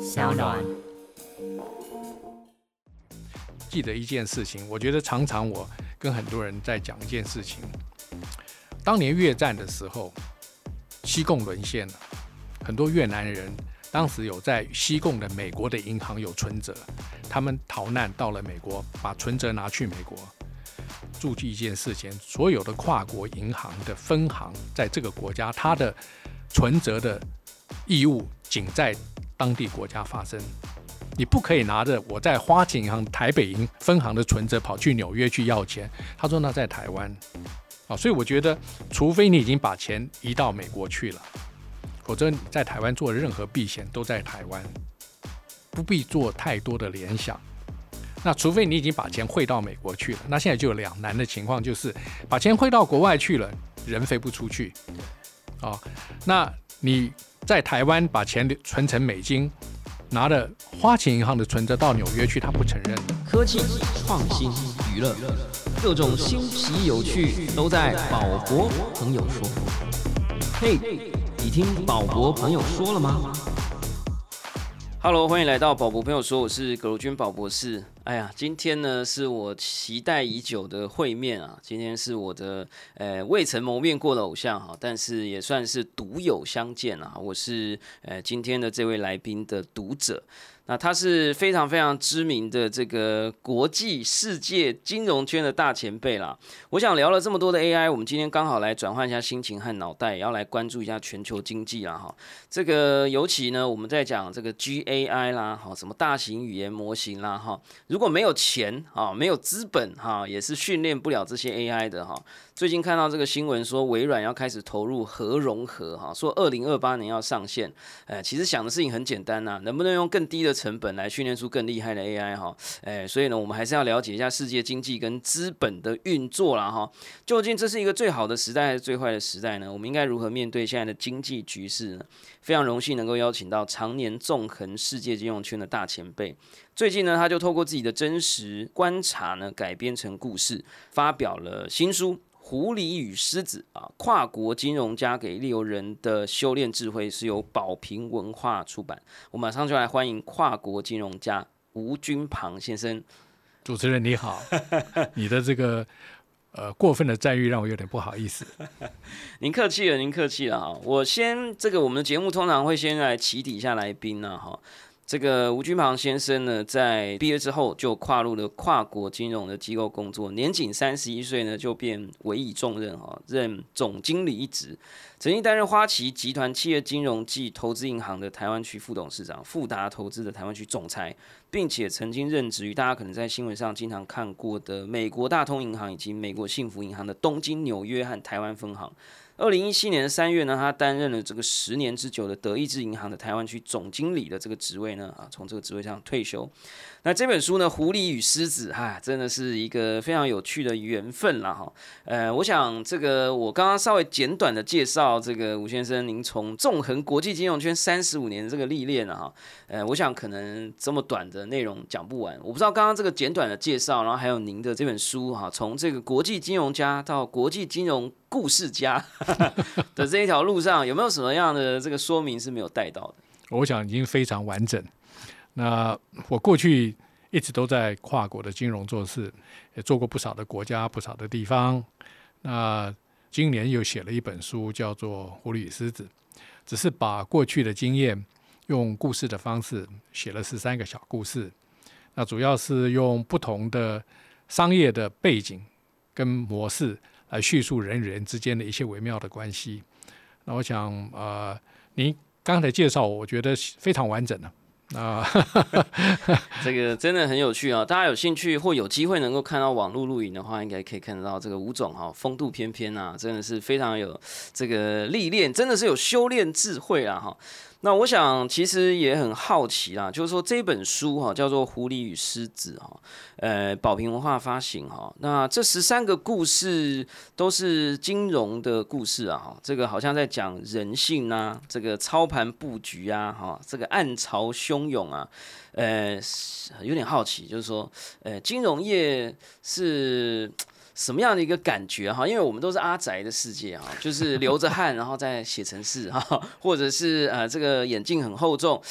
小暖。 记得一件事情，我觉得常常我跟很多人在讲一件事情。当年越战的时候，西贡沦陷了，很多越南人当时有在西贡的美国的银行有存折，他们逃难到了美国，把存折拿去美国。注意一件事情，所有的跨国银行的分行在这个国家，它的存折的义务仅在当地国家发生。你不可以拿着我在花旗银行台北银分行的存折跑去纽约去要钱。他说那在台湾，所以我觉得，除非你已经把钱移到美国去了，否则你在台湾做的任何避险都在台湾，不必做太多的联想。那除非你已经把钱汇到美国去了，那现在就有两难的情况，就是把钱汇到国外去了，人飞不出去，那你在台湾把钱存成美金，拿了花旗银行的存折到纽约去，他不承认的。 科技、创新、娱乐，各种新奇有趣都在宝博朋友说。嘿，你听宝博朋友说了吗？Hello， 欢迎来到宝博朋友说，我是葛如君宝博士。哎呀，今天呢是我期待已久的会面啊！今天是我的未曾谋面过的偶像哈，但是也算是独有相见啊。我是今天的这位来宾的读者。那他是非常非常知名的这个国际世界金融圈的大前辈啦。我想聊了这么多的 AI， 我们今天刚好来转换一下心情和脑袋，也要来关注一下全球经济啦哈。这个尤其呢，我们在讲这个 GAI 啦，哈，什么大型语言模型啦哈，如果没有钱啊，没有资本哈，也是训练不了这些 AI 的哈。最近看到这个新闻说，微软要开始投入核融合哈，说2028年要上线。其实想的事情很简单呐，能不能用更低的成本来训练出更厉害的 AI 哈？所以呢，我们还是要了解一下世界经济跟资本的运作啦哈。究竟这是一个最好的时代还是最坏的时代呢？我们应该如何面对现在的经济局势呢？非常荣幸能够邀请到常年纵横世界金融圈的大前辈。最近呢，他就透过自己的真实观察呢，改编成故事，发表了新书。狐狸与狮子啊，跨国金融家给利由人的修炼智慧，是由宝瓶文化出版。我马上就来欢迎跨国金融家吴君庞先生。 主持人你好，你的这个过分的赞誉让我有点不好意思。 您客气了，您客气了哈。我们的节目通常会先来起底一下来宾呢哈。这个吴君庞先生呢，在毕业之后就跨入了跨国金融的机构工作，年仅31岁呢，就便委以重任哈，任总经理一职。曾经担任花旗集团企业金融暨投资银行的台湾区副董事长，富达投资的台湾区总裁，并且曾经任职于大家可能在新闻上经常看过的美国大通银行以及美国幸福银行的东京、纽约和台湾分行。2017年3月呢，他担任了这个10年之久的德意志银行的台湾区总经理的这个职位呢，从这个职位上退休。那这本书呢，《狐狸与狮子》真的是一个非常有趣的缘分啦哈。我想这个我刚刚稍微简短的介绍这个吴先生，您从纵横国际金融圈35年的这个历练哈，我想可能这么短的内容讲不完。我不知道刚刚这个简短的介绍，然后还有您的这本书哈，从这个国际金融家到国际金融故事家的这一条路上，有没有什么样的这个说明是没有带到的？ 我想已经非常完整。那我过去一直都在跨国的金融做事，也做过不少的国家、不少的地方。那今年又写了一本书，叫做《狐狸与狮子》，只是把过去的经验用故事的方式写了13个小故事。那主要是用不同的商业的背景跟模式来叙述人与人之间的一些微妙的关系。那我想您刚才介绍我觉得非常完整了。 这个真的很有趣啊！大家有兴趣或有机会能够看到网络录影的话，应该可以看得到这个吴总风度翩翩啊，真的是非常有这个历练，真的是有修炼智慧啊哈。那我想其实也很好奇啦，就是说这本书叫做《狐狸与狮子》宝瓶文化发行那这13个故事都是金融的故事啊这个好像在讲人性啊，这个操盘布局啊这个暗潮汹涌啊，有点好奇，就是说金融业是什么样的一个感觉哈？因为我们都是阿宅的世界哈，就是流着汗然后再写程式哈，或者是这个眼镜很厚重。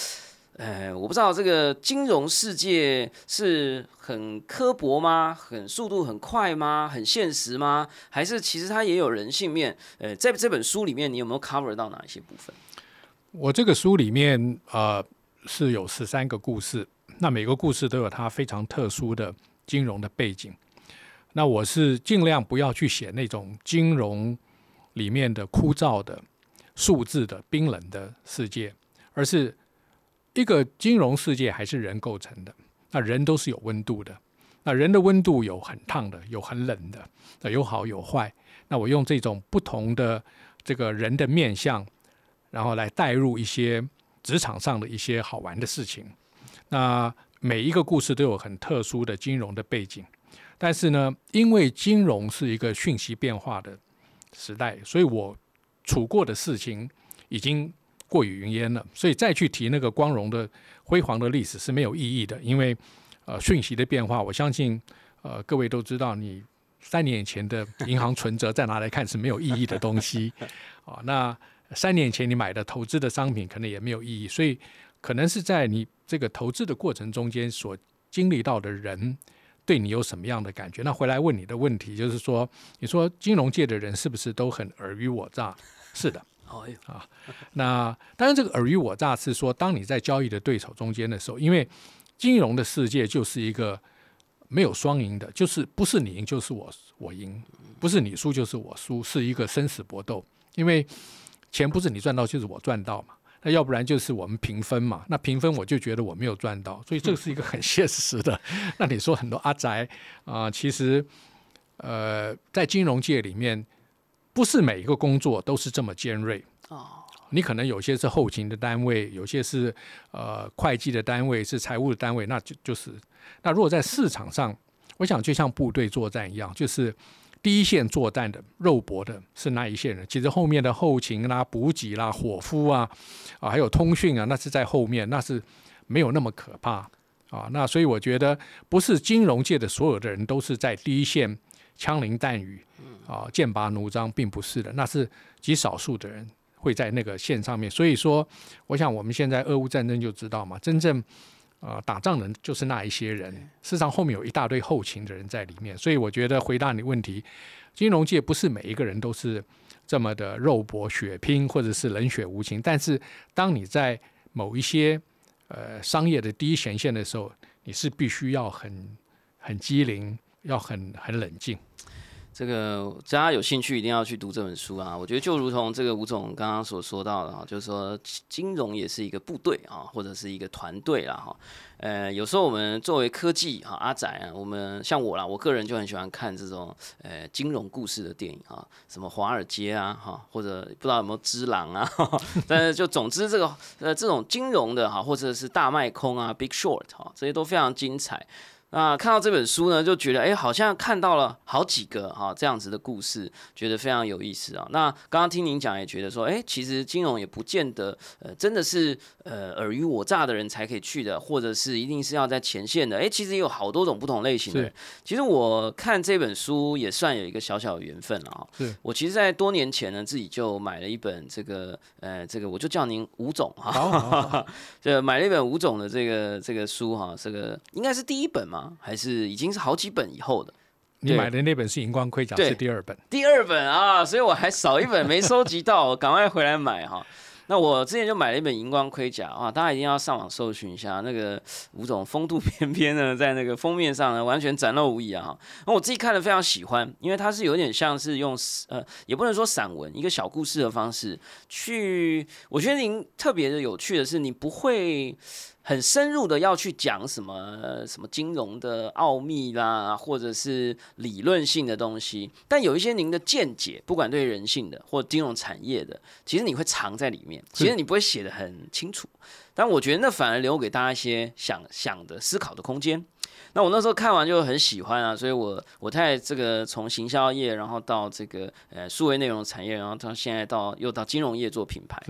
我不知道这个金融世界是很刻薄吗？很速度很快吗？很现实吗？还是其实它也有人性面？在这本书里面，你有没有 cover 到哪一些部分？ 我这个书里面是有13个故事，那每个故事都有它非常特殊的金融的背景。那我是尽量不要去写那种金融里面的枯燥的数字的冰冷的世界，而是一个金融世界还是人构成的，那人都是有温度的，那人的温度有很烫的，有很冷的，有好有坏。那我用这种不同的这个人的面向，然后来带入一些职场上的一些好玩的事情。那每一个故事都有很特殊的金融的背景，但是呢，因为金融是一个讯息变化的时代，所以我处过的事情已经过于云烟了，所以再去提那个光荣的辉煌的历史是没有意义的。因为讯息的变化，我相信各位都知道，你3年以前的银行存折再拿来看是没有意义的东西那3年前你买的投资的商品可能也没有意义，所以可能是在你这个投资的过程中间所经历到的人对你有什么样的感觉。那回来问你的问题就是说，你说金融界的人是不是都很尔虞我诈？是的那当然这个尔虞我诈是说，当你在交易的对手中间的时候，因为金融的世界就是一个没有双赢的，就是不是你赢就是我赢，不是你输就是我输，是一个生死搏斗。因为钱不是你赚到就是我赚到嘛，那要不然就是我们平分嘛，那平分我就觉得我没有赚到，所以这是一个很现实的。那你说很多阿宅其实在金融界里面，不是每一个工作都是这么尖锐你可能有些是后勤的单位，有些是会计的单位，是财务的单位，那就是那如果在市场上，我想就像部队作战一样，就是第一线作战的肉搏的是那一线人，其实后面的后勤啦、补给啦、伙夫还有通讯那是在后面，那是没有那么可怕那所以我觉得不是金融界的所有的人都是在第一线枪林弹雨剑拔弩张，并不是的，那是极少数的人会在那个线上面。所以说我想我们现在俄乌战争就知道嘛，真正打仗的就是那一些人，事实上后面有一大堆后勤的人在里面。所以我觉得回答你问题，金融界不是每一个人都是这么的肉搏血拼或者是冷血无情，但是当你在某一些商业的第一前线的时候，你是必须要很机灵，要很冷静。 这个大家有興趣一定要去讀這本書啊！我覺得就如同這個吳總剛剛所說到的，就是說金融也是一個部隊啊，或者是一個團隊啦哈。有時候我們作為科技阿仔啊，我們像我啦，我個人就很喜歡看這種金融故事的電影啊，什麼華爾街啊哈，或者不知道有沒有隻狼啊，但是就總之這個這種金融的哈，或者是大賣空啊 ，Big Short 哈，這些都非常精彩。那看到這本書呢，就覺得好像看到了好幾個這樣子的故事，覺得非常有意思啊。那剛剛聽您講，也覺得說，其實金融也不見得真的是爾虞我詐的人才可以去的，或者是一定是要在前線的。其實也有好多種不同類型的人。其實我看這本書也算有一個小小的緣分了。我其實在多年前呢，自己就買了一本這個我就叫您吳總哈，就買了一本吳總的這個書哈，這個應該是第一本嘛。還是已經是好幾本以後的。 你買的那本是《銀光盔甲》，是第二本。 第二本啊，所以我還少一本沒收集到，我趕快回來買哈。那我之前就買了一本《銀光盔甲》啊，大家一定要上網搜尋一下，那個吳總風度翩翩呢，在那個封面上呢，完全展露無遺啊。那我自己看得非常喜歡，因為它是有點像是用也不能說散文，一個小故事的方式去。我覺得您特別的有趣的是，你不會很深入的要去講什麼金融的奧秘啦，或者是理論性的東西，但有一些您的見解，不管對人性的或金融產業的，其實你會藏在裡面，其實你不會寫得很清楚，但我覺得那反而留給大家一些想的思考的空間。那我那時候看完就很喜歡啊，所以我在這個從行銷業，然後到這個數位內容產業，然後到現在又到金融業做品牌。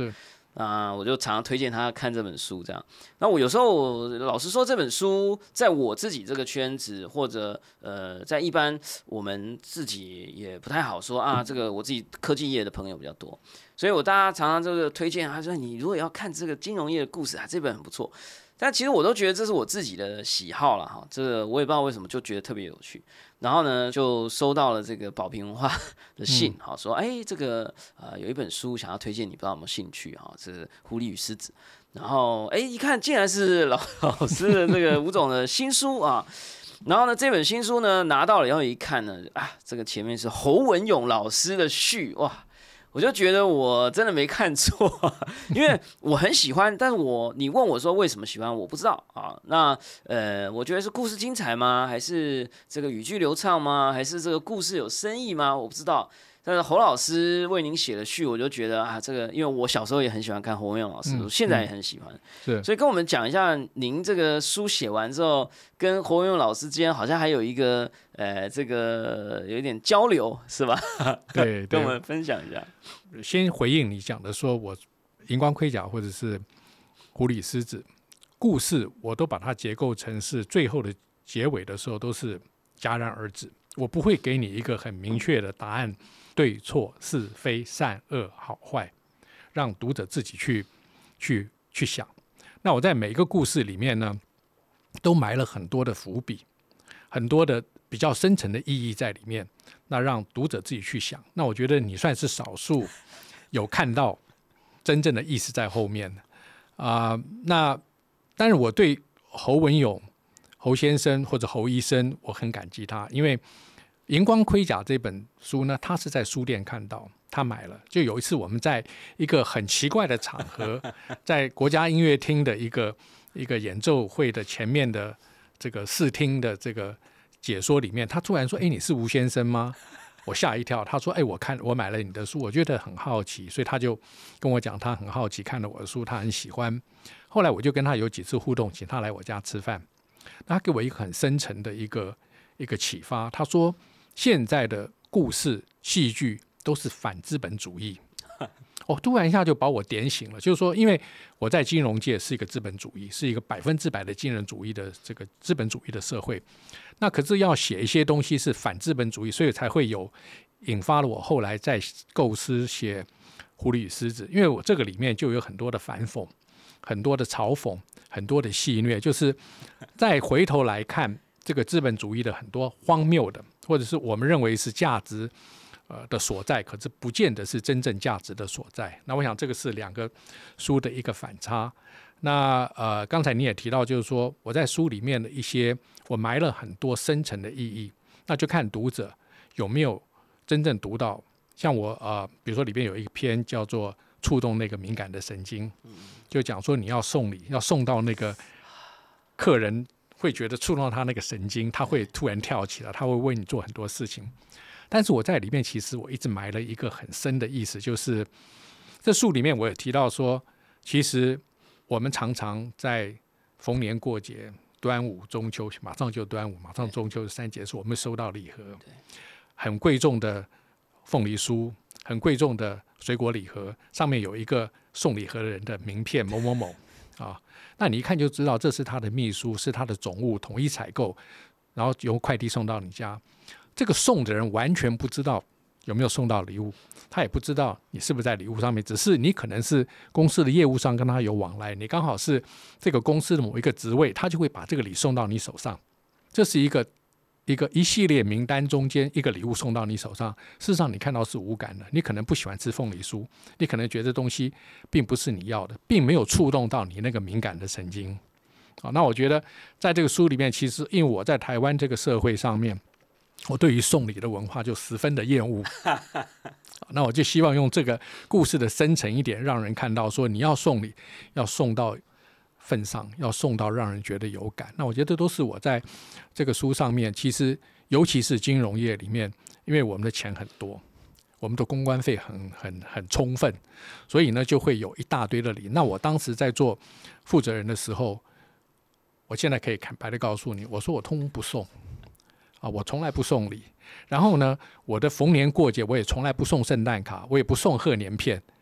我就常常推荐他看这本书，这样。那我有时候老实说，这本书在我自己这个圈子，或者在一般我们自己也不太好说啊。这个我自己科技业的朋友比较多，所以大家常常这个推荐，他说你如果要看这个金融业的故事啊，这本很不错。但其实我都觉得这是我自己的喜好了哈，这个我也不知道为什么就觉得特别有趣。然后呢，就收到了这个宝瓶文化的信，好说，这个有一本书想要推荐你，不知道有没有兴趣哈？这是《狐狸与狮子》。然后一看竟然是老师的这个吴总的新书啊。然后呢，这本新书呢拿到了以后一看呢，这个前面是侯文勇老师的序，哇！我就觉得我真的没看错，因为我很喜欢，但是你问我说为什么喜欢，我不知道啊。那我觉得是故事精彩吗？还是这个语句流畅吗？还是这个故事有深意吗？我不知道。但是侯老师为您写的序，我就觉得这个，因为我小时候也很喜欢看侯文勇老师，现在也很喜欢，所以跟我们讲一下，您这个书写完之后，跟侯文勇老师之间好像还有一个这个有一点交流，是吧？ 对， 跟我们分享一下。 先回应你讲的，说我荧光盔甲或者是狐狸狮子故事，我都把它结构成是最后的结尾的时候都是戛然而止，我不会给你一个很明确的答案。对错是非善恶好坏，让读者自己去想。那我在每一个故事里面呢，都埋了很多的伏笔，很多的比较深层的意义在里面，那让读者自己去想。那我觉得你算是少数有看到真正的意思在后面那当然我对侯文勇侯先生或者侯医生我很感激他，因为荧光盔甲这本书呢，他是在书店看到，他买了。就有一次我们在一个很奇怪的场合，在国家音乐厅的一个演奏会的前面的这个视听的这个解说里面，他突然说：“你是吴先生吗？”我吓一跳。他说：“我买了你的书，我觉得很好奇。”所以他就跟我讲，他很好奇，看了我的书，他很喜欢。后来我就跟他有几次互动，请他来我家吃饭。他给我一个很深层的一个启发。他说，现在的故事戏剧都是反资本主义。突然一下就把我点醒了，就是说，因为我在金融界是一个资本主义，是一个100%的金融主义的这个资本主义的社会，那可是要写一些东西是反资本主义，所以才会引发了我后来在构思写《狐狸与狮子》，因为我这个里面就有很多的反讽，很多的嘲讽，很多的戏谑，就是再回头来看这个资本主义的很多荒谬的，或者是我们认为是价值的所在，可是不见得是真正价值的所在。那我想这个是两个书的一个反差。那刚才你也提到，就是说我在书里面的一些我埋了很多深层的意义，那就看读者有没有真正读到。像我比如说里面有一篇叫做触动那个敏感的神经，就讲说你要送礼，要送到那个客人会觉得触动到他那个神经，他会突然跳起来，他会为你做很多事情。但是我在里面其实我一直埋了一个很深的意思，就是这书里面我也提到说，其实我们常常在逢年过节，端午、中秋，马上就端午，马上中秋3节，我们收到礼盒，很贵重的凤梨酥，很贵重的水果礼盒，上面有一个送礼盒的人的名片某某某那你一看就知道这是他的秘书，是他的总务统一采购，然后由快递送到你家。这个送的人完全不知道有没有送到礼物，他也不知道你是不是在礼物上面，只是你可能是公司的业务上跟他有往来，你刚好是这个公司的某一个职位，他就会把这个礼送到你手上。这是一系列名单中间一个礼物送到你手上，事实上你看到是无感的，你可能不喜欢吃凤梨酥，你可能觉得东西并不是你要的，并没有触动到你那个敏感的神经。那我觉得在这个书里面，其实因为我在台湾这个社会上面，我对于送礼的文化就十分的厌恶那我就希望用这个故事的深层一点，让人看到说你要送礼要送到份上，要送到让人觉得有感。那我觉得都是我在这个书上面，其实尤其是金融业里面，因为我们的钱很多，我们的公关费很充分，所以呢就会有一大堆的礼。那我当时在做负责人的时候，我现在可以坦白的告诉你，我说我通通不送我从来不送礼。然后呢，我的逢年过节我也从来不送圣诞卡，我也不送贺年片，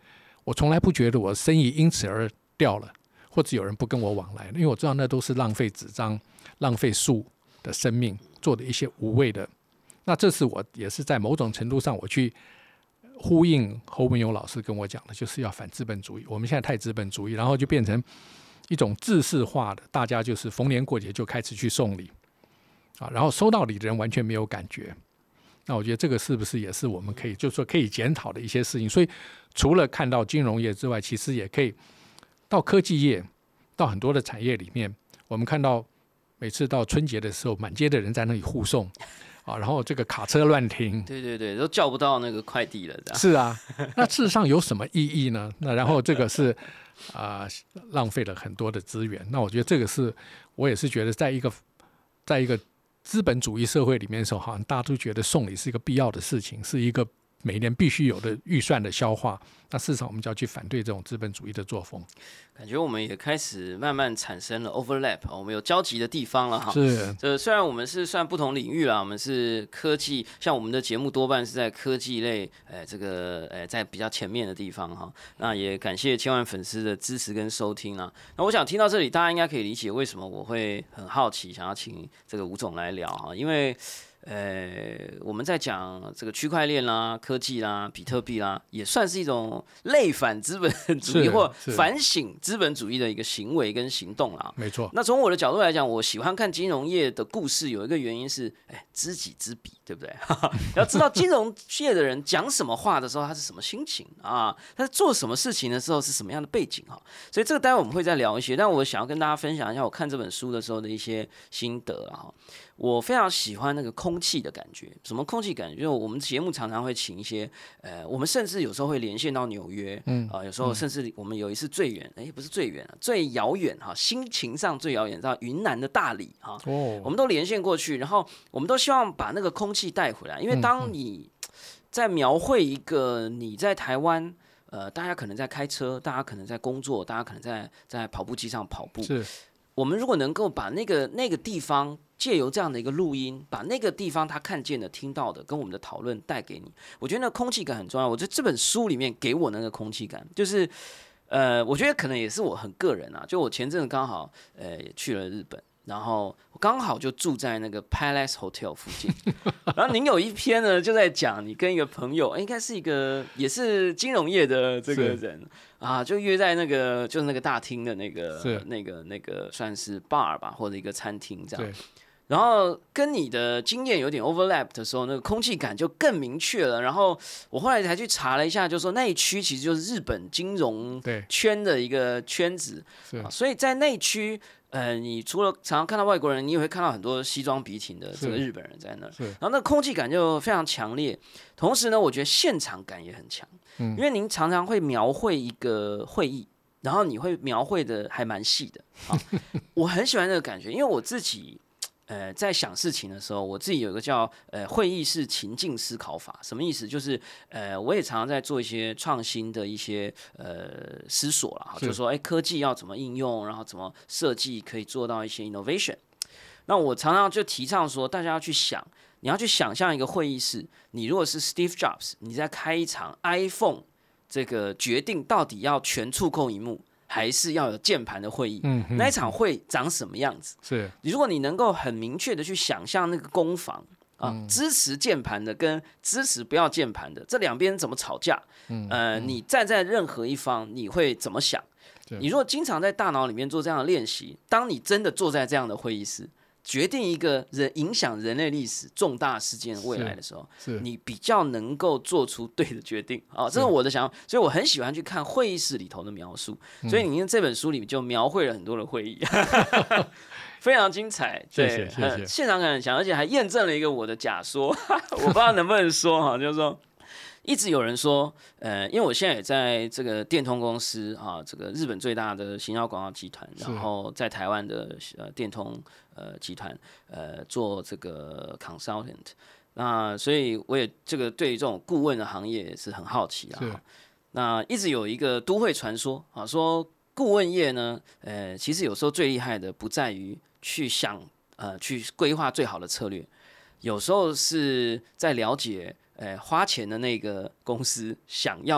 我从来不觉得我生意因此而掉了，或者有人不跟我往来，因为我知道那都是浪费纸张、浪费树的生命做的一些无谓的。那这是我也是在某种程度上我去呼应侯文勇老师跟我讲的，就是要反资本主义。我们现在太资本主义，然后就变成一种制式化的，大家就是逢年过节就开始去送礼啊，然后收到礼的人完全没有感觉。那我觉得这个是不是也是我们可以就是说可以检讨的一些事情？所以除了看到金融业之外，其实也可以到科技业，到很多的产业里面，我们看到每次到春节的时候，满街的人在那里护送啊，然后这个卡车乱停， 对对对，都叫不到那个快递了。 是啊，那事实上有什么意义呢？那然后这个是浪费了很多的资源。那我觉得这个是我也是觉得在一个资本主义社会里面的时候，好像大家都觉得送礼是一个必要的事情，是一个每年必须有的预算的消化。那事实上我们就要去反对这种资本主义的作风。 感觉我们也开始慢慢产生了 overlap， 我们有交集的地方了哈。 是， 虽然我们是算不同领域啦，我们是科技，像我们的节目多半是在科技类，在比较前面的地方哈。那也感谢千万粉丝的支持跟收听啦。那我想听到这里，大家应该可以理解为什么我会很好奇，想要请这个吴总来聊哈，因为我们在讲这个区块链啦、科技啦、比特币啦，也算是一种类反资本主义或反省资本主义的一个行为跟行动啦。 没错。 那从我的角度来讲，我喜欢看金融业的故事，有一个原因是，知己知彼，对不对？要知道金融业的人讲什么话的时候，他是什么心情啊？他在做什么事情的时候是什么样的背景哈？所以这个待会我们会再聊一些，但我想要跟大家分享一下我看这本书的时候的一些心得啊。我非常喜欢那个空气的感觉。什么空气感觉？就是我们节目常常会请一些，我们甚至有时候会连线到纽约，有时候甚至我们有一次最远，不是最远啊，最遥远哈，心情上最遥远到云南的大理哈，我们都连线过去，然后我们都希望把那个空气带回来，因为当你在描绘一个你在台湾。大家可能在开车，大家可能在工作，大家可能在跑步机上跑步。是，我们如果能够把那个地方借由这样的一个录音，把那个地方他看见的、听到的，跟我们的讨论带给你，我觉得那个空气感很重要。我觉得这本书里面给我那个空气感，就是我觉得可能也是我很个人啊。就我前阵子刚好也去了日本。然后我刚好就住在那个 Palace Hotel 附近，然后您有一篇呢就在讲你跟一个朋友，应该是一个也是金融业的这个人啊，就约在那个就是那个大厅的那个算是 bar 吧，或者一个餐厅这样。然后跟你的经验有点 overlap 的时候，那个空气感就更明确了。然后我后来才去查了一下，就说那一区其实就是日本金融圈的一个圈子，所以在那一区。你除了常常看到外国人，你也会看到很多西装笔挺的这个日本人在那儿，然后那空气感就非常强烈。同时呢，我觉得现场感也很强，因为您常常会描绘一个会议，然后你会描绘的还蛮细的啊。我很喜欢这个感觉，因为我自己在想事情的时候，我自己有一个叫会议式情境思考法，什么意思？就是我也常常在做一些创新的一些思索啦，就是说科技要怎么应用，然后怎么设计可以做到一些 innovation。那我常常就提倡说，大家要去想，你要去想象一个会议室，你如果是 Steve Jobs， 你在开一场 iPhone 这个决定到底要全触控萤幕。还是要有键盘的会议，那一场会长什么样子？是，如果你能够很明确的去想象那个攻防啊，支持键盘的跟支持不要键盘的这两边怎么吵架，你站在任何一方，你会怎么想？你如果经常在大脑里面做这样的练习，当你真的坐在这样的会议室，决定一个影响人类历史重大事件未来的时候，你比较能够做出对的决定啊，这是我的想法。所以我很喜欢去看会议室里头的描述。所以你看这本书里面就描绘了很多的会议，非常精彩。对，谢谢。现场感很强，而且还验证了一个我的假说，我不知道能不能说哈，就是说。一直有人说，因为我现在也在这个电通公司啊，这个日本最大的行销广告集团，然后在台湾的电通集团做这个 consultant， 那所以我也这个对于这种顾问的行业也是很好奇啊。那一直有一个都会传说啊，说顾问业呢，其实有时候最厉害的不在于去想去规划最好的策略，有时候是在了解。花钱的那个公司想要你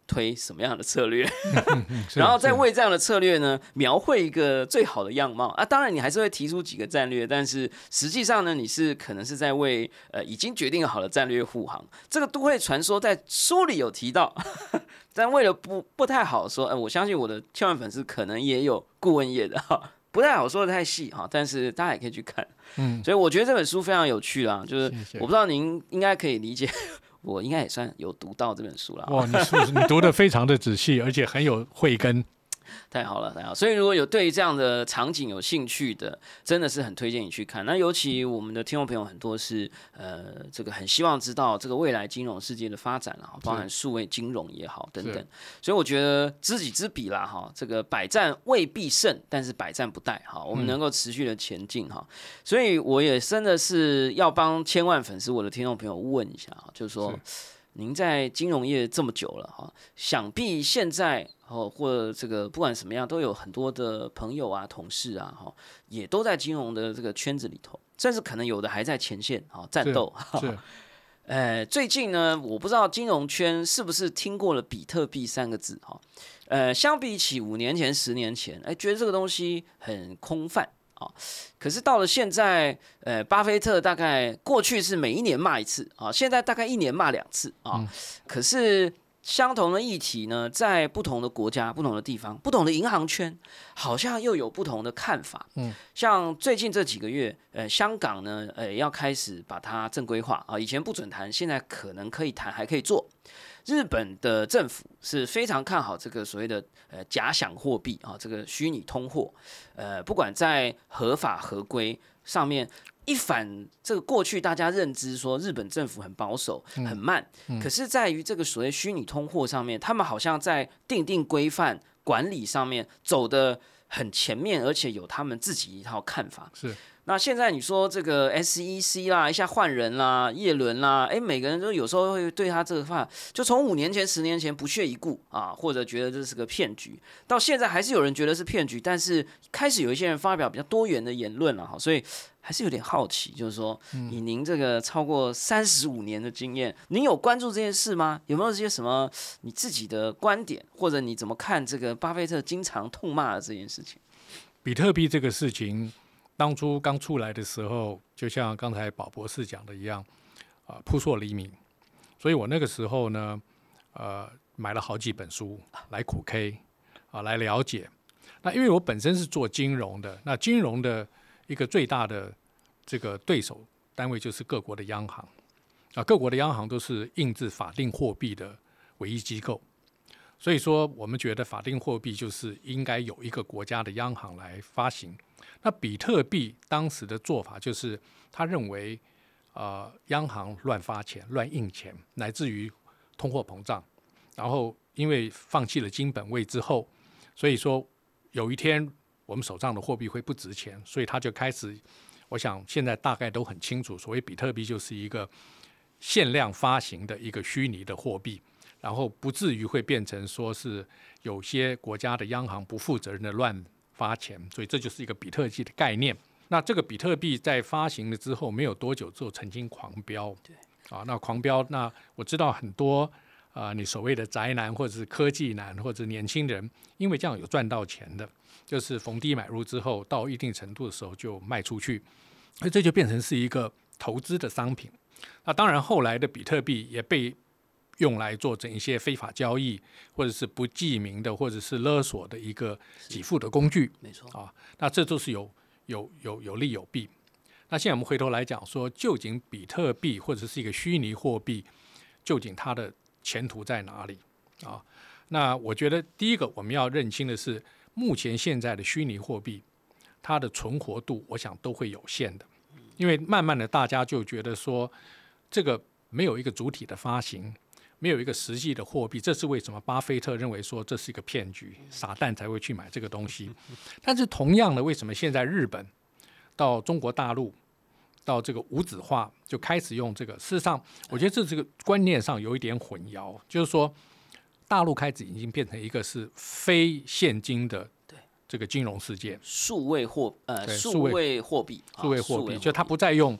推什么样的策略，然后再为这样的策略呢描绘一个最好的样貌啊。当然你还是会提出几个战略，但是实际上呢，你是可能是在为已经决定好的战略护航。这个都会传说在书里有提到，但为了不太好说，我相信我的千万粉丝可能也有顾问业的哈。不太好说的太细哈，但是大家也可以去看。所以我觉得这本书非常有趣啦，就是我不知道您应该可以理解，我应该也算有读到这本书啦。 哇，你读得非常的仔细，而且很有慧根。 太好了，太好了！所以如果有对于这样的场景有兴趣的，真的是很推荐你去看。那尤其我们的听众朋友很多是这个很希望知道这个未来金融世界的发展啦，包含数位金融也好等等。所以我觉得知己知彼啦哈，这个百战未必胜，但是百战不殆哈，我们能够持续的前进哈。所以我也真的是要帮千万粉丝我的听众朋友问一下，就是说。您在金融业这么久了哈，想必现在或者这个不管什么样，都有很多的朋友啊、同事啊，也都在金融的这个圈子里头，甚至可能有的还在前线战斗。是。最近呢，我不知道金融圈是不是听过了比特币3个字哈。相比起5年前、10年前，觉得这个东西很空泛。可是到了现在，巴菲特大概过去是每1年骂1次啊，现在大概1年骂2次啊。可是相同的议题呢，在不同的国家、不同的地方、不同的银行圈，好像又有不同的看法。像最近这几个月，香港呢，要开始把它正规化啊，以前不准谈，现在可能可以谈，还可以做。日本的政府是非常看好这个所谓的假想货币啊，这个虚拟通货，不管在合法合规上面，一反这个过去大家认知说日本政府很保守、很慢，可是在于这个所谓虚拟通货上面，他们好像在定规范管理上面走得很前面，而且有他们自己一套看法。 是。 那现在你说这个 SEC 啦，一下换人啦，叶伦啦，每个人都有时候会对他这个话，就从5年前、10年前不屑一顾啊，或者觉得这是个骗局，到现在还是有人觉得是骗局，但是开始有一些人发表比较多元的言论了哈，所以还是有点好奇，就是说以您这个超过35年的经验，您有关注这件事吗？有没有一些什么你自己的观点，或者你怎么看这个巴菲特经常痛骂的这件事情？ 比特币这个事情。当初刚出来的时候，就像刚才宝博士讲的一样，扑朔迷离。所以我那个时候呢，买了好几本书来苦 K 来了解。那因为我本身是做金融的，那金融的一个最大的这个对手单位就是各国的央行各国的央行都是印制法定货币的唯一机构。所以说，我们觉得法定货币就是应该有一个国家的央行来发行。那比特币当时的做法就是，他认为央行乱发钱、乱印钱，乃至于通货膨胀。然后因为放弃了金本位之后，所以说有一天我们手上的货币会不值钱，所以他就开始，我想现在大概都很清楚，所谓比特币就是一个限量发行的一个虚拟的货币。然后不至于会变成说是有些国家的央行不负责任的乱发钱，所以这就是一个比特币的概念。那这个比特币在发行了之后没有多久之后曾经狂飙，那狂飙，那我知道很多你所谓的宅男或者是科技男或者年轻人，因为这样有赚到钱的，就是逢低买入之后到一定程度的时候就卖出去，所以这就变成是一个投资的商品。那当然后来的比特币也被用来做整一些非法交易，或者是不记名的，或者是勒索的一个给付的工具。 没错那这都是有利有弊。那现在我们回头来讲说，究竟比特币或者是一个虚拟货币，究竟它的前途在哪里那我觉得第一个我们要认清的是，目前现在的虚拟货币，它的存活度，我想都会有限的，因为慢慢的大家就觉得说，这个没有一个主体的发行。没有一个实际的货币，这是为什么巴菲特认为说这是一个骗局，傻蛋才会去买这个东西。但是同样的，为什么现在日本到中国大陆到这个无纸化就开始用这个？事实上，我觉得这个观念上有一点混淆，就是说大陆开始已经变成一个是非现金的这个金融世界， 数位货币， 就它不再用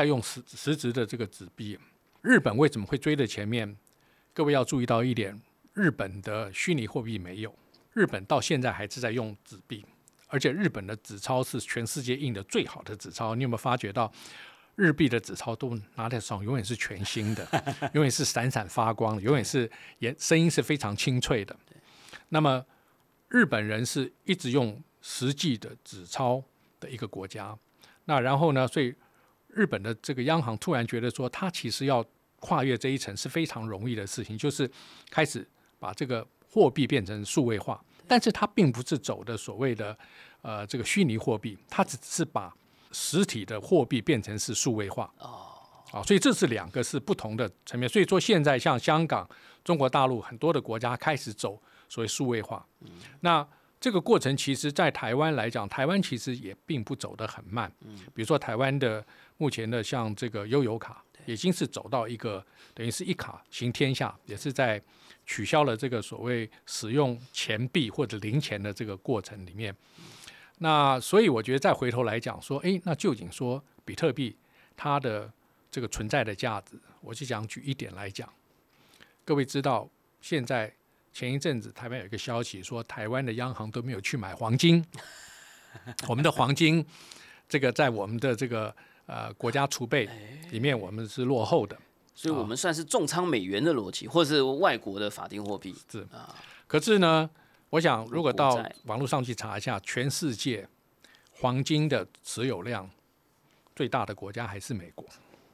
实质的这个纸币。日本为什么会追得前面？各位要注意到一点， 日本的虚拟货币没有，日本到现在还是在用纸币，而且日本的纸钞是全世界印的最好的纸钞。你有没有发觉到日币的纸钞都拿在手上永远是全新的，永远是闪闪发光的，永远是声音是非常清脆的。那么日本人是一直用实际的纸钞的一个国家，那然后呢，所以日本的这个央行突然觉得说，它其实要跨越这一层是非常容易的事情，就是开始把这个货币变成数位化，但是它并不是走的所谓的这个虚拟货币，它只是把实体的货币变成是数位化。所以这是两个是不同的层面。所以说现在像香港、中国大陆很多的国家开始走所谓数位化，那这个过程其实在台湾来讲，台湾其实也并不走得很慢。比如说台湾的目前的像这个悠游卡，已经是走到一个等于是一卡行天下，也是在取消了这个所谓使用钱币或者零钱的这个过程里面。那所以我觉得再回头来讲说，那究竟说比特币它的这个存在的价值，我就想举一点来讲。各位知道现在前一阵子台湾有一个消息说，台湾的央行都没有去买黄金，我们的黄金这个在我们的这个国家储备里面，我们是落后的， 所以我们算是重仓美元的逻辑，或是外国的法定货币。 是可是呢，我想如果到网络上去查一下，全世界黄金的持有量最大的国家还是美国。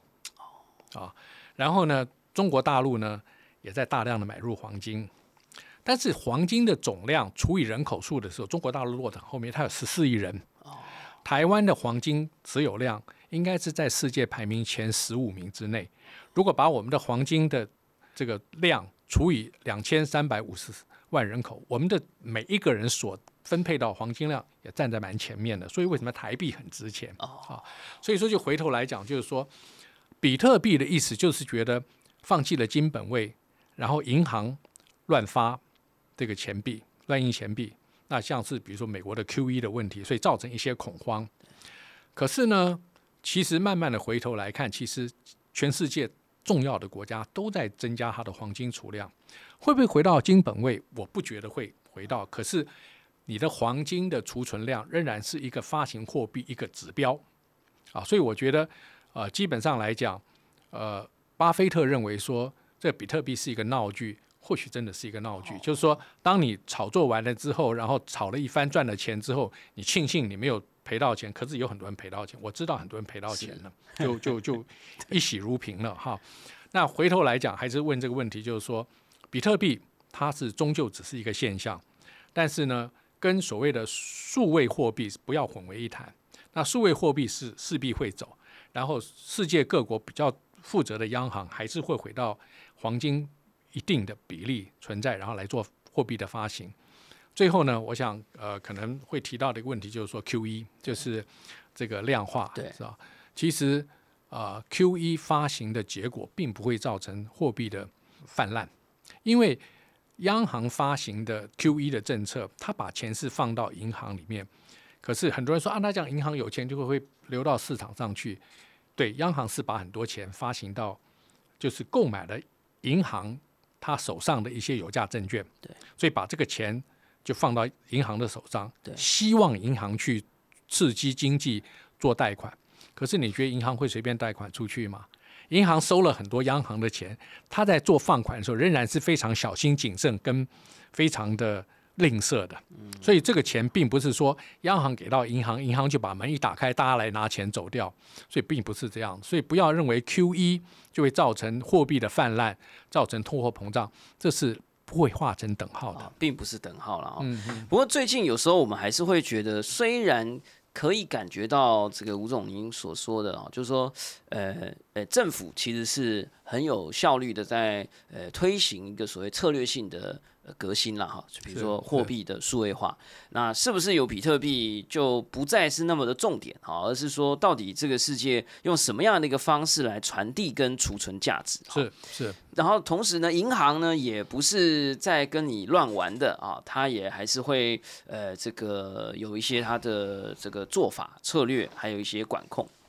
然后呢，中国大陆呢也在大量的买入黄金。但是黄金的总量除以人口数的时候，中国大陆落在后面，它有14亿人。台湾的黄金持有量应该是在世界排名前15名之内。如果把我们的黄金的这个量除以2350万人口，我们的每一个人所分配到黄金量也站在蛮前面的。所以为什么台币很值钱？所以说就回头来讲，就是说比特币的意思就是觉得放弃了金本位，然后银行乱发这个钱币，乱印钱币，那像是比如说美国的 QE 的问题，所以造成一些恐慌。可是呢，其实慢慢的回头来看，其实全世界重要的国家都在增加它的黄金储量，会不会回到金本位？我不觉得会回到，可是你的黄金的储存量仍然是一个发行货币一个指标所以我觉得基本上来讲巴菲特认为说这比特币是一个闹剧，或许真的是一个闹剧，就是说当你炒作完了之后，然后炒了一番赚了钱之后，你庆幸你没有赔到钱，可是有很多人赔到钱，我知道很多人赔到钱了，就一洗如平了哈。那回头来讲，还是问这个问题，就是说比特币它是终究只是一个现象，但是呢，跟所谓的数位货币不要混为一谈。那数位货币是势必会走，然后世界各国比较负责的央行还是会回到黄金一定的比例存在，然后来做货币的发行。最后呢，我想可能会提到的一个问题就是说 QE， 就是这个量化， 对， 是吧？其实QE 发行的结果并不会造成货币的泛滥，因为央行发行的 QE 的政策，它把钱是放到银行里面。可是很多人说那这样银行有钱就会流到市场上去。对，央行是把很多钱发行到，就是购买了银行他手上的一些有价证券， 对， 所以把这个钱就放到银行的手上，希望银行去刺激经济做贷款。可是你觉得银行会随便贷款出去吗？银行收了很多央行的钱，他在做放款的时候仍然是非常小心谨慎跟非常的吝啬的，所以这个钱并不是说央行给到银行，银行就把门一打开，大家来拿钱走掉，所以并不是这样。所以不要认为 QE 就会造成货币的泛滥，造成通货膨胀，这是不会画成等号的， 并不是等号了不过最近有时候我们还是会觉得，虽然可以感觉到这个吴总您所说的就是说，政府其实是很有效率的在推行一个所谓策略性的革新啦哈，比如说货币的数位化，那是不是有比特币就不再是那么的重点哈，而是说到底这个世界用什么样的一个方式来传递跟储存价值？ 是。 然后同时呢，银行呢也不是在跟你乱玩的它也还是会这个有一些它的这个做法策略，还有一些管控。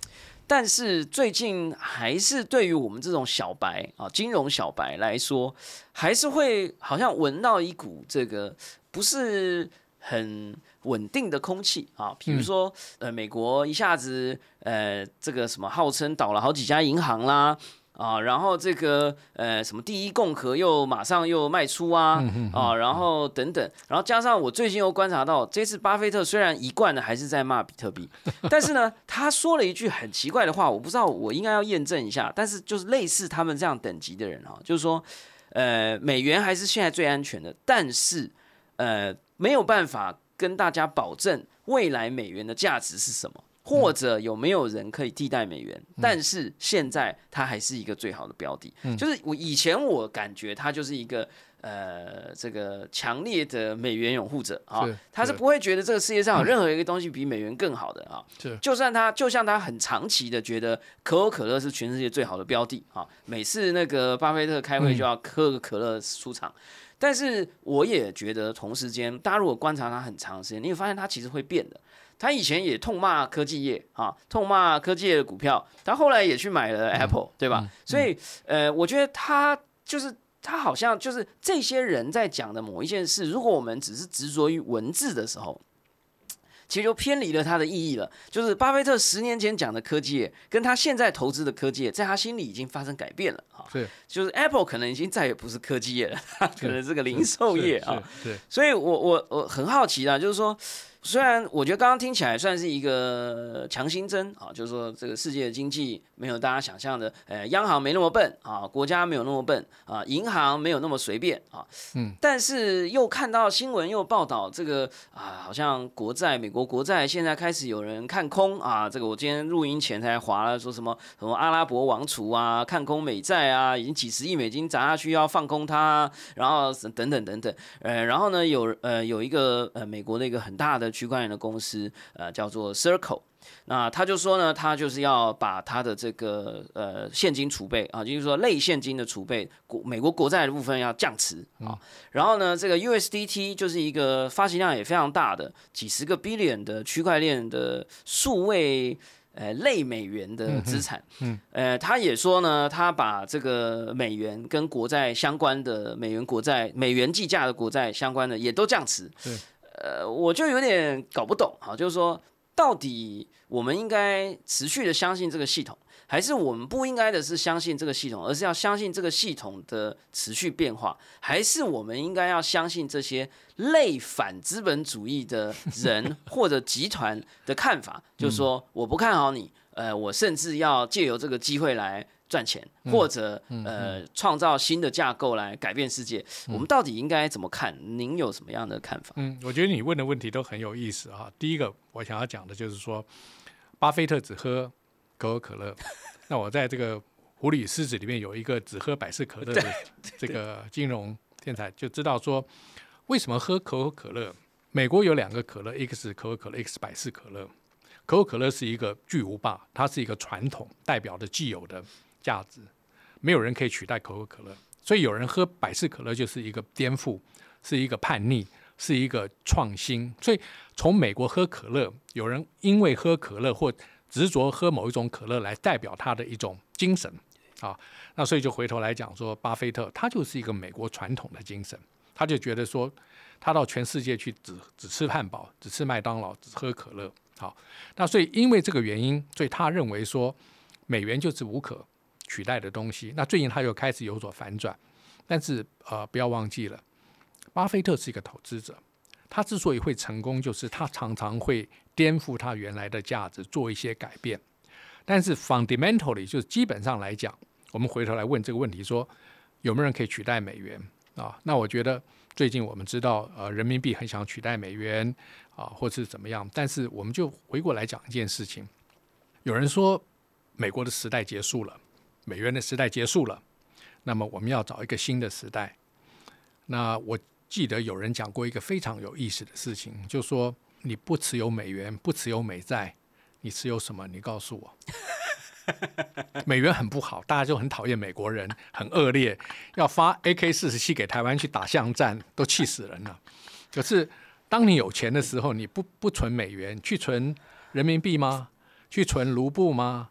但是最近还是对于我们这种小白啊，金融小白来说，还是会好像闻到一股这个不是很稳定的空气啊。比如说，美国一下子这个什么号称倒了好几家银行啦。啊，然后这个什么第一共和又马上又卖出啊，然后等等，然后加上我最近又观察到，这次巴菲特虽然一贯的还是在骂比特币，但是呢，他说了一句很奇怪的话，我不知道我应该要验证一下，但是就是类似他们这样等级的人哈，就是说，美元还是现在最安全的，但是没有办法跟大家保证未来美元的价值是什么。或者有没有人可以替代美元？但是现在它还是一个最好的标的。就是以前我感觉它就是一个这个强烈的美元拥护者啊，他是不会觉得这个世界上有任何一个东西比美元更好的啊。就像他很长期的觉得可口可乐是全世界最好的标的啊，每次那个巴菲特开会就要喝个可乐出场。但是我也觉得同时间，大家如果观察它很长的时间，你会发现它其实会变的。他以前也痛骂科技业啊，痛骂科技业的股票，他后来也去买了 Apple，对吧？所以我觉得他好像就是这些人在讲的某一件事，如果我们只是执着于文字的时候，其实就偏离了它的意义了。就是巴菲特10年前讲的科技业，跟他现在投资的科技业，在他心里已经发生改变了啊。就是 Apple 可能已经再也不是科技业了，它可能是个零售业啊。所以我很好奇啦，就是说。虽然我觉得刚刚听起来算是一个强心针啊，就是说这个世界的经济没有大家想象的，央行没那么笨啊，国家没有那么笨啊，银行没有那么随便啊，但是又看到新闻又报道这个啊，好像美国国债现在开始有人看空啊，这个我今天录音前才滑了，说什么阿拉伯王储啊看空美债啊，已经几十亿美金砸下去要放空它，然后等等等等，然后呢有一个美国的一个很大的区块链的公司，叫做 Circle， 那他就说呢，他就是要把他的这个现金储备啊，就是说类现金的储备，美国国债的部分要降持啊。然后呢，这个 USDT 就是一个发行量也非常大的几十个 billion 的区块链的数位。类美元的资产，他也说呢，他把这个美元跟国债相关的美元计价的国债相关的也都降持。我就有点搞不懂哈，就是说，到底我们应该持续的相信这个系统，还是我们不应该的是相信这个系统，而是要相信这个系统的持续变化，还是我们应该要相信这些类反资本主义的人或者集团的看法？就是说，我不看好你，我甚至要借由这个机会来赚钱，或者创造新的架构来改变世界，我们到底应该怎么看？您有什么样的看法？ 我觉得你问的问题都很有意思啊。第一个我想要讲的就是说，巴菲特只喝可口可乐，那我在这个狐狸与狮子里面有一个只喝百事可乐的这个金融天才，就知道说为什么喝可口可乐。美国有2个可乐，一个是可口可乐，一个是百事可乐。可口可乐是一个巨无霸，它是一个传统，代表的既有的价值，没有人可以取代可口可乐，所以有人喝百事可乐就是一个颠覆，是一个叛逆，是一个创新。所以从美国喝可乐，有人因为喝可乐或执着喝某一种可乐来代表他的一种精神啊，那所以就回头来讲说，巴菲特他就是一个美国传统的精神，他就觉得说他到全世界去只吃汉堡，只吃麦当劳，只喝可乐。好，那所以因为这个原因，所以他认为说美元就是无可取代的东西。那最近他又开始有所反转，但是不要忘记了，巴菲特是一个投资者，他之所以会成功，就是他常常会颠覆他原来的价值，做一些改变。但是 fundamentally 就是基本上来讲，我们回头来问这个问题说，有没有人可以取代美元啊？那我觉得最近我们知道人民币很想取代美元啊，或是怎么样，但是我们就回过来讲一件事情，有人说美国的时代结束了，美元的时代结束了，那么我们要找一个新的时代。那我记得有人讲过一个非常有意思的事情，就是说你不持有美元，不持有美债，你持有什么？你告诉我。美元很不好，大家就很讨厌美国人，很恶劣，要发 AK-47给台湾去打巷战，都气死人了。可是当你有钱的时候，你不存美元，去存人民币吗？去存卢布吗？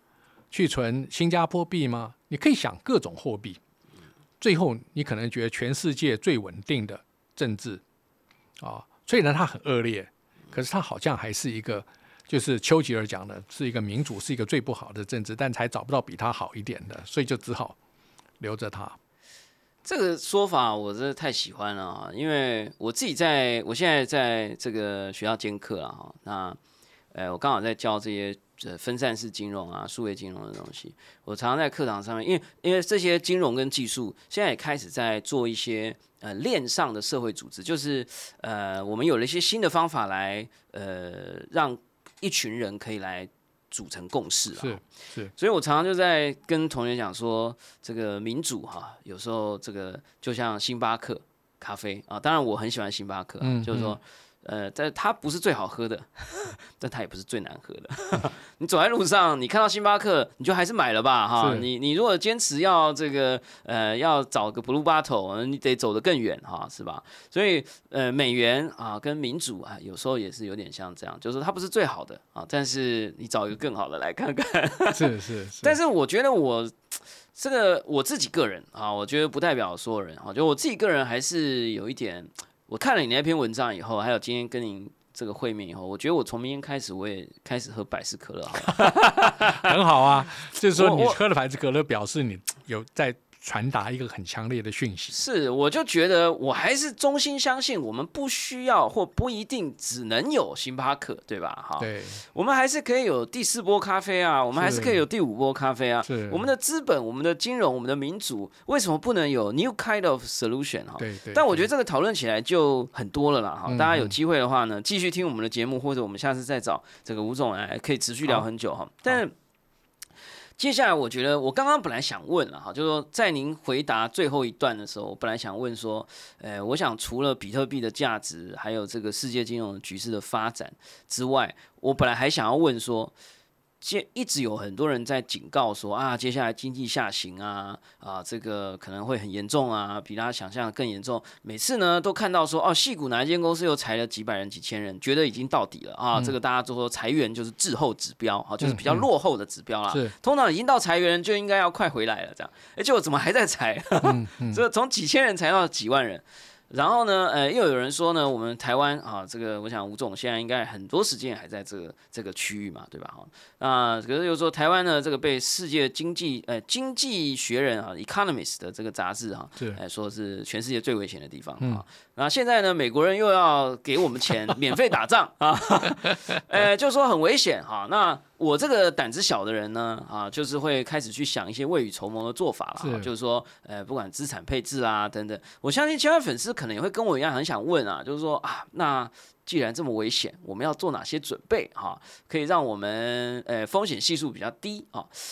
去存新加坡币吗？你可以想各种货币，最后你可能觉得全世界最稳定的政治虽然它很恶劣，可是它好像还是一个，就是丘吉尔讲的，是一个民主，是一个最不好的政治，但才找不到比它好一点的，所以就只好留着它。 这个说法我真的太喜欢了啊！因为我自己我现在在这个学校兼课啊，那我刚好在教这些分散式金融啊、数位金融的东西。我常常在课堂上面，因为这些金融跟技术现在也开始在做一些链上的社会组织，就是我们有了一些新的方法来让一群人可以来组成共识啊， 是， 所以我常常就在跟同学讲说，这个民主有时候这个就像星巴克咖啡啊，当然我很喜欢星巴克，就是说，但它不是最好喝的，但它也不是最难喝的。你走在路上，你看到星巴克，你就还是买了吧哈。你如果坚持要这个要找个 Blue Bottle， 你得走得更远哈，是吧？所以美元跟民主有时候也是有点像这样，就是说它不是最好的但是你找一个更好的来看看。 是。 但是我觉得这个我自己个人我觉得不代表所有人就我自己个人还是有一点。我看了你那篇文章以后，还有今天跟您这个会面以后，我觉得我从明天开始我也开始喝百事可乐好了。 很好啊，就是说你喝了百事可乐，表示你有在传达一个很强烈的讯息。 是，我就觉得我还是衷心相信，我们不需要或不一定只能有星巴克，对吧？哈， 对， 我们还是可以有第4波咖啡啊，我们还是可以有第5波咖啡啊。我们的资本、我们的金融、我们的民主，为什么不能有 new kind of solution 哈？ 对。 但我觉得这个讨论起来就很多了啦哈。大家有机会的话呢，继续听我们的节目，或者我们下次再找这个吴总来，可以持续聊很久哈。但接下来，我觉得我刚刚本来想问了哈，就是说在您回答最后一段的时候，我本来想问说，我想除了比特币的价值，还有这个世界金融局势的发展之外，我本来还想要问说，一直有很多人在警告说接下来经济下行这个可能会很严重比大家想象的更严重。每次呢都看到说矽谷哪一间公司又裁了几百人、几千人，觉得已经到底了这个大家都说裁员就是滞后指标就是比较落后的指标啦。通常已经到裁员就应该要快回来了，这样，结果怎么还在裁？所以从几千人裁到几万人。然后呢，又有人说呢，我们台湾这个我想吴总现在应该很多时间还在这个区域嘛，对吧？可是又说台湾呢，这个被世界经济学人Economist 的这个杂志说是全世界最危险的地方那现在呢，美国人又要给我们钱免费打仗就说很危险那我这个胆子小的人呢就是会开始去想一些未雨绸缪的做法了就是说不管资产配置等等，我相信千万粉丝可能也会跟我一样很想问就是说那既然这么危险，我们要做哪些准备可以让我们风险系数比较低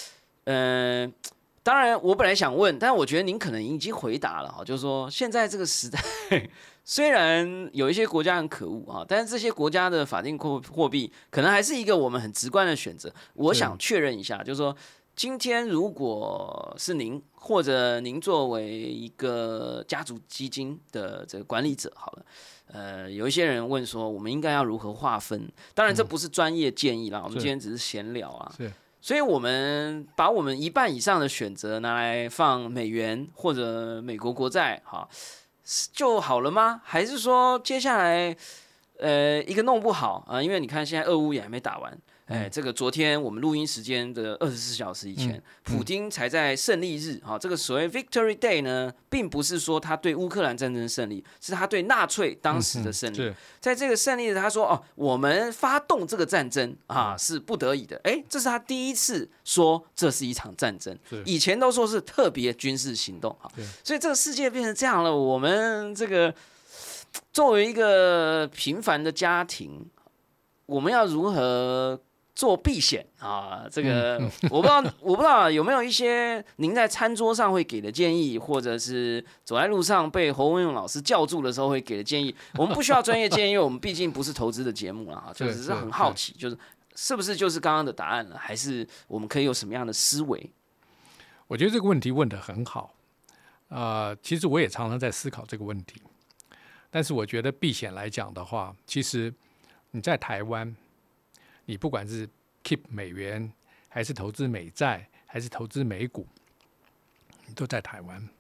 当然我本来想问，但我觉得您可能已经回答了就是说现在这个时代虽然有一些国家很可恶但是这些国家的法定货币可能还是一个我们很直观的选择。我想确认一下，就是说今天如果是您，或者您作为一个家族基金的这个管理者好了，有一些人问说我们应该要如何划分，当然这不是专业建议啦，我们今天只是闲聊所以我们把我们1半以上的选择拿来放美元或者美国国债就好了吗？还是说接下来一个弄不好因为你看现在俄乌也还没打完这个昨天我们录音时间的24小时以前，普丁才在胜利日这个所谓 Victory Day 呢，并不是说他对乌克兰战争胜利，是他对纳粹当时的胜利。在这个胜利日，他说我们发动这个战争是不得已的。这是他第一次说这是一场战争，以前都说是特别军事行动所以这个世界变成这样了，我们这个作为一个平凡的家庭，我们要如何做避险这个我不知道有没有一些您在餐桌上会给的建议，或者是走在路上被侯文勇老师叫住的时候会给的建议。我们不需要专业建议，因为我们毕竟不是投资的节目啦，就只是很好奇，就是是不是就是刚刚的答案了，还是我们可以有什么样的思维？ 我觉得这个问题问得很好其实我也常常在思考这个问题，但是我觉得避险来讲的话，其实你在台湾，你不管是 keep 美元还是投资美债，还是投资美股，你都在台湾。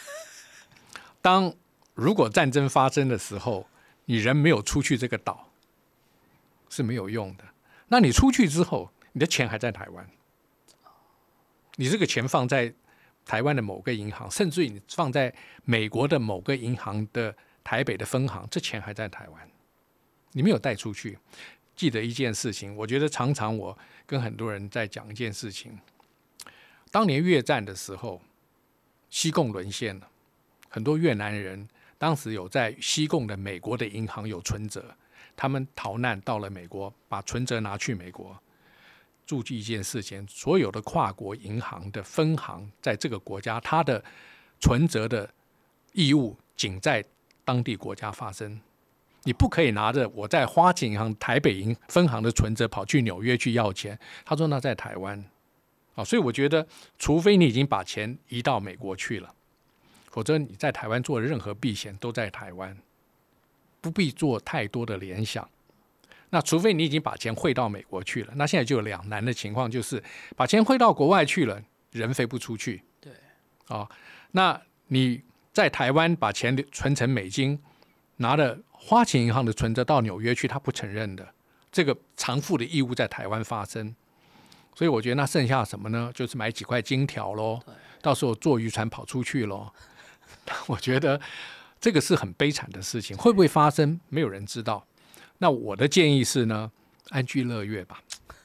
如果战争发生的时候，你人没有出去这个岛是没有用的。那你出去之后，你的钱还在台湾，你这个钱放在台湾的某个银行，甚至于你放在美国的某个银行的台北的分行，这钱还在台湾，你没有带出去。记得一件事情，我觉得常常我跟很多人在讲一件事情，当年越战的时候，西贡沦陷了，很多越南人当时有在西贡的美国的银行有存折，他们逃难到了美国，把存折拿去美国。注意一件事情，所有的跨国银行的分行在这个国家，它的存折的义务仅在当地国家发生。你不可以拿着我在花旗银行台北银分行的存折跑去纽约去要钱。他说那在台湾。所以我觉得除非你已经把钱移到美国去了，否则你在台湾做的任何避险都在台湾，不必做太多的联想。那除非你已经把钱汇到美国去了，那现在就有两难的情况，就是把钱汇到国外去了，人飞不出去。 对， 那你在台湾把钱存成美金，拿了花旗银行的存折到纽约去，他不承认的，这个偿付的义务在台湾发生。所以我觉得那剩下什么呢？就是买几块金条咯，到时候坐渔船跑出去咯。我觉得这个是很悲惨的事情，会不会发生没有人知道。那我的建议是呢，安居乐业吧。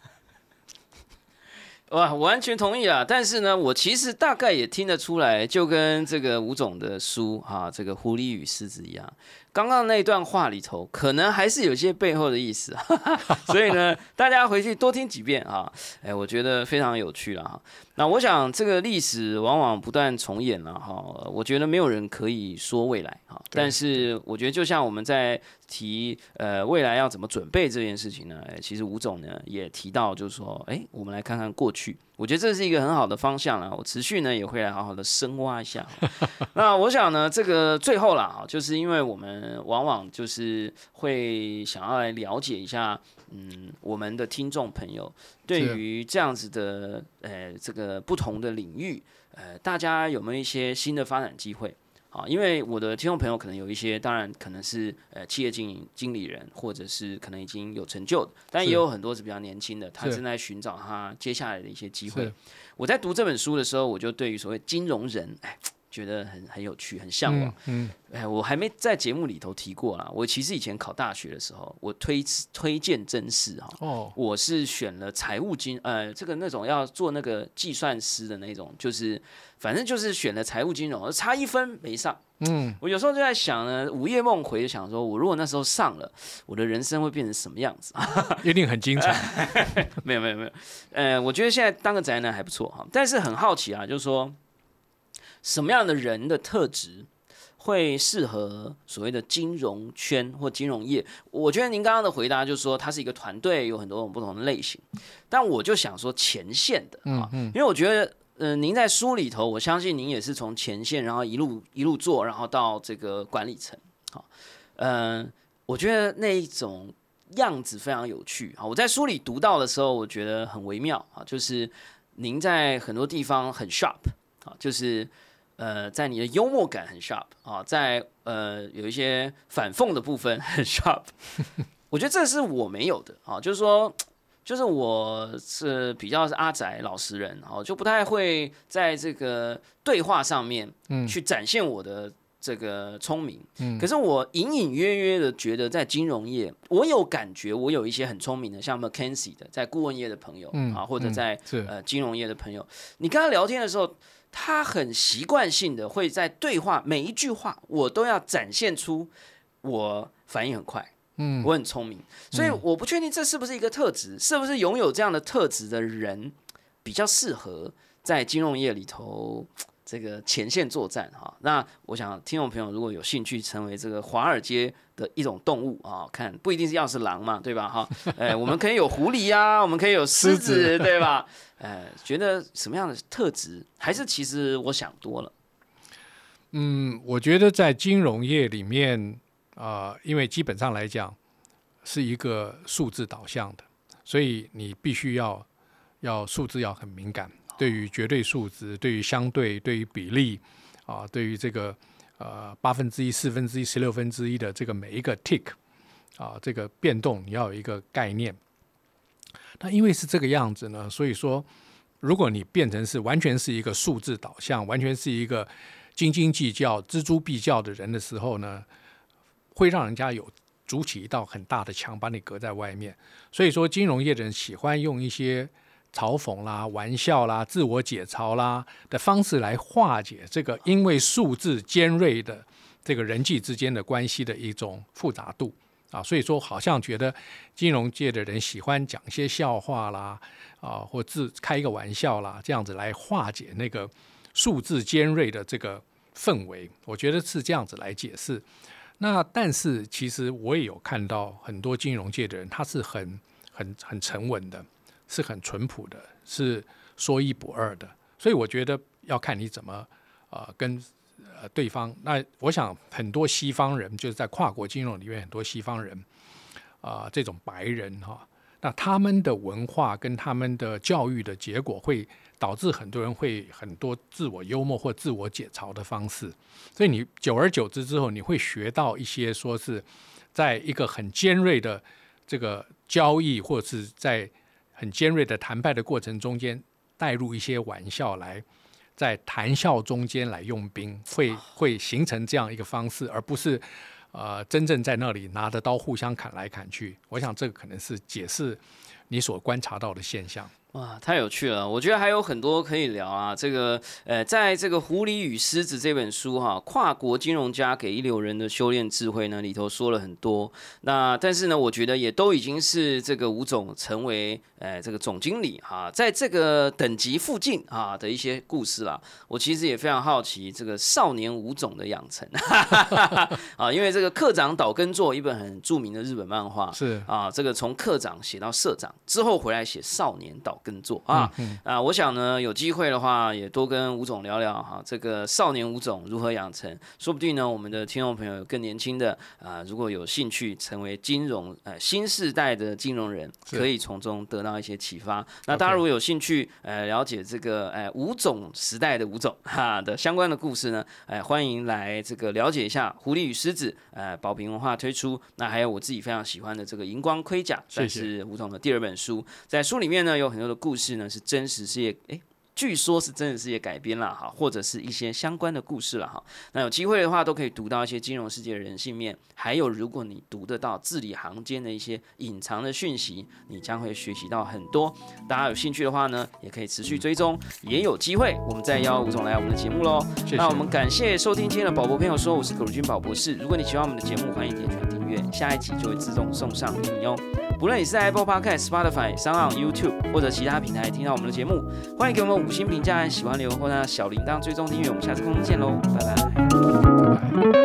哇，我完全同意啦。但是呢，我其实大概也听得出来，就跟这个吴总的书这个《狐狸与狮子》一样，刚刚那段话里头，可能还是有些背后的意思所以呢，大家回去多听几遍我觉得非常有趣啦那我想这个历史往往不断重演了我觉得没有人可以说未来但是我觉得就像我们在提未来要怎么准备这件事情呢，其实吴总呢也提到，就是说，我们来看看过去。我觉得这是一个很好的方向啦，我持续呢也会来好好的深挖一下。那我想呢，这个最后啦，就是因为我们往往就是会想要来了解一下，我们的听众朋友对于这样子的这个不同的领域，大家有没有一些新的发展机会？因为我的听众朋友可能有一些，当然可能是企业经理人，或者是可能已经有成就的，但也有很多是比较年轻的，他正在寻找他接下来的一些机会。我在读这本书的时候，我就对于所谓金融人，觉得很有趣，很向往。我还没在节目里头提过啦。我其实以前考大学的时候，我推荐甄试我是选了财务这个那种要做那个计算师的那种，就是反正就是选了财务金融，差1分没上。我有时候就在想呢，午夜梦回，想说我如果那时候上了，我的人生会变成什么样子？ 一定很精彩。 没有。我觉得现在当个宅男还不错但是很好奇就是说，什么样的人的特质会适合所谓的金融圈或金融业？我觉得您刚刚的回答就是说，它是一个团队，有很多种不同的类型。但我就想说前线的因为我觉得您在书里头，我相信您也是从前线，然后一路做，然后到这个管理层我觉得那一种样子非常有趣我在书里读到的时候，我觉得很微妙就是您在很多地方很 sharp 就是在你的幽默感很 sharp 在有一些反讽的部分很 sharp 我觉得这是我没有的就是说，就是我是比较是阿宅老实人就不太会在这个对话上面去展现我的这个聪明可是我隐隐约约的觉得，在金融业，我有感觉，我有一些很聪明的，像 McKinsey 的，在顾问业的朋友或者在金融业的朋友，你跟他聊天的时候，他很习惯性的会在对话每一句话，我都要展现出我反应很快，我很聪明，所以我不确定这是不是一个特质，是不是拥有这样的特质的人比较适合在金融业里头这个前线作战那我想听众朋友如果有兴趣成为这个华尔街的一种动物看不一定要是狼嘛，对吧我们可以有狐狸我们可以有狮子对吧觉得什么样的特质，还是其实我想多了？ 我觉得在金融业里面因为基本上来讲是一个数字导向的，所以你必须要数字要很敏感，对于绝对数值，对于相对，对于比例啊，对于这个1/8、1/4、1/16的这个每一个 tick 啊，这个变动你要有一个概念。那因为是这个样子呢，所以说如果你变成是完全是一个数字导向，完全是一个斤斤计较、锱铢必较的人的时候呢，会让人家有筑起一道很大的墙把你隔在外面。所以说金融业的人喜欢用一些嘲讽啦、玩笑啦、自我解嘲啦的方式来化解这个因为数字尖锐的这个人际之间的关系的一种复杂度啊。所以说好像觉得金融界的人喜欢讲一些笑话啦啊，或开一个玩笑啦，这样子来化解那个数字尖锐的这个氛围。我觉得是这样子来解释。那但是其实我也有看到很多金融界的人，他是很沉稳的，是很淳朴的，是说一不二的。所以我觉得要看你怎么跟对方。那我想很多西方人，就是在跨国金融里面，很多西方人这种白人那他们的文化跟他们的教育的结果会导致很多人会很多自我幽默或自我解嘲的方式，所以你久而久之之后，你会学到一些说是在一个很尖锐的这个交易，或者是在很尖锐的谈判的过程中间带入一些玩笑来，在谈笑中间来用兵，会形成这样一个方式，而不是真正在那里拿着刀互相砍来砍去。我想这个可能是解释你所观察到的现象。 哇，太有趣了！我觉得还有很多可以聊啊。这个在这个《狐狸与狮子》这本书跨国金融家给一流人的修炼智慧呢，里头说了很多。那但是呢，我觉得也都已经是这个吴总成为这个总经理在这个等级附近的一些故事啦。我其实也非常好奇这个少年吴总的养成因为这个课长岛根作一本很著名的日本漫画是这个从课长写到社长之后回来写少年岛根作我想呢有机会的话也多跟吴总聊聊这个少年吴总如何养成，说不定呢我们的听众朋友有更年轻的如果有兴趣成为金融新世代的金融人，可以从中得到一些启发。那大家如果有兴趣了解这个吴总时代的吴总的相关的故事呢，欢迎来这个了解一下《狐狸与狮子》宝瓶文化推出。那还有我自己非常喜欢的这个《荧光盔甲》，算是吴总的第2本书。在书里面呢有很多的故事呢是真实世界据说是真实世界改编啦或者是一些相关的故事啦那有机会的话都可以读到一些金融世界的人性面，还有如果你读得到字里行间的一些隐藏的讯息，你将会学习到很多。大家有兴趣的话呢也可以持续追踪，也有机会我们再邀吴总来我们的节目咯。那我们感谢收听今天的宝博朋友说，我是葛如君宝博士。如果你喜欢我们的节目，欢迎点选订阅，下一集就会自动送上给你哦。不论你是在 Apple Podcast、Spotify、SoundOn、YouTube 或者其他平台听到我们的节目，欢迎给我们5星评价，喜欢留言或者小铃铛追踪订阅。我们下次空中见喽，拜拜。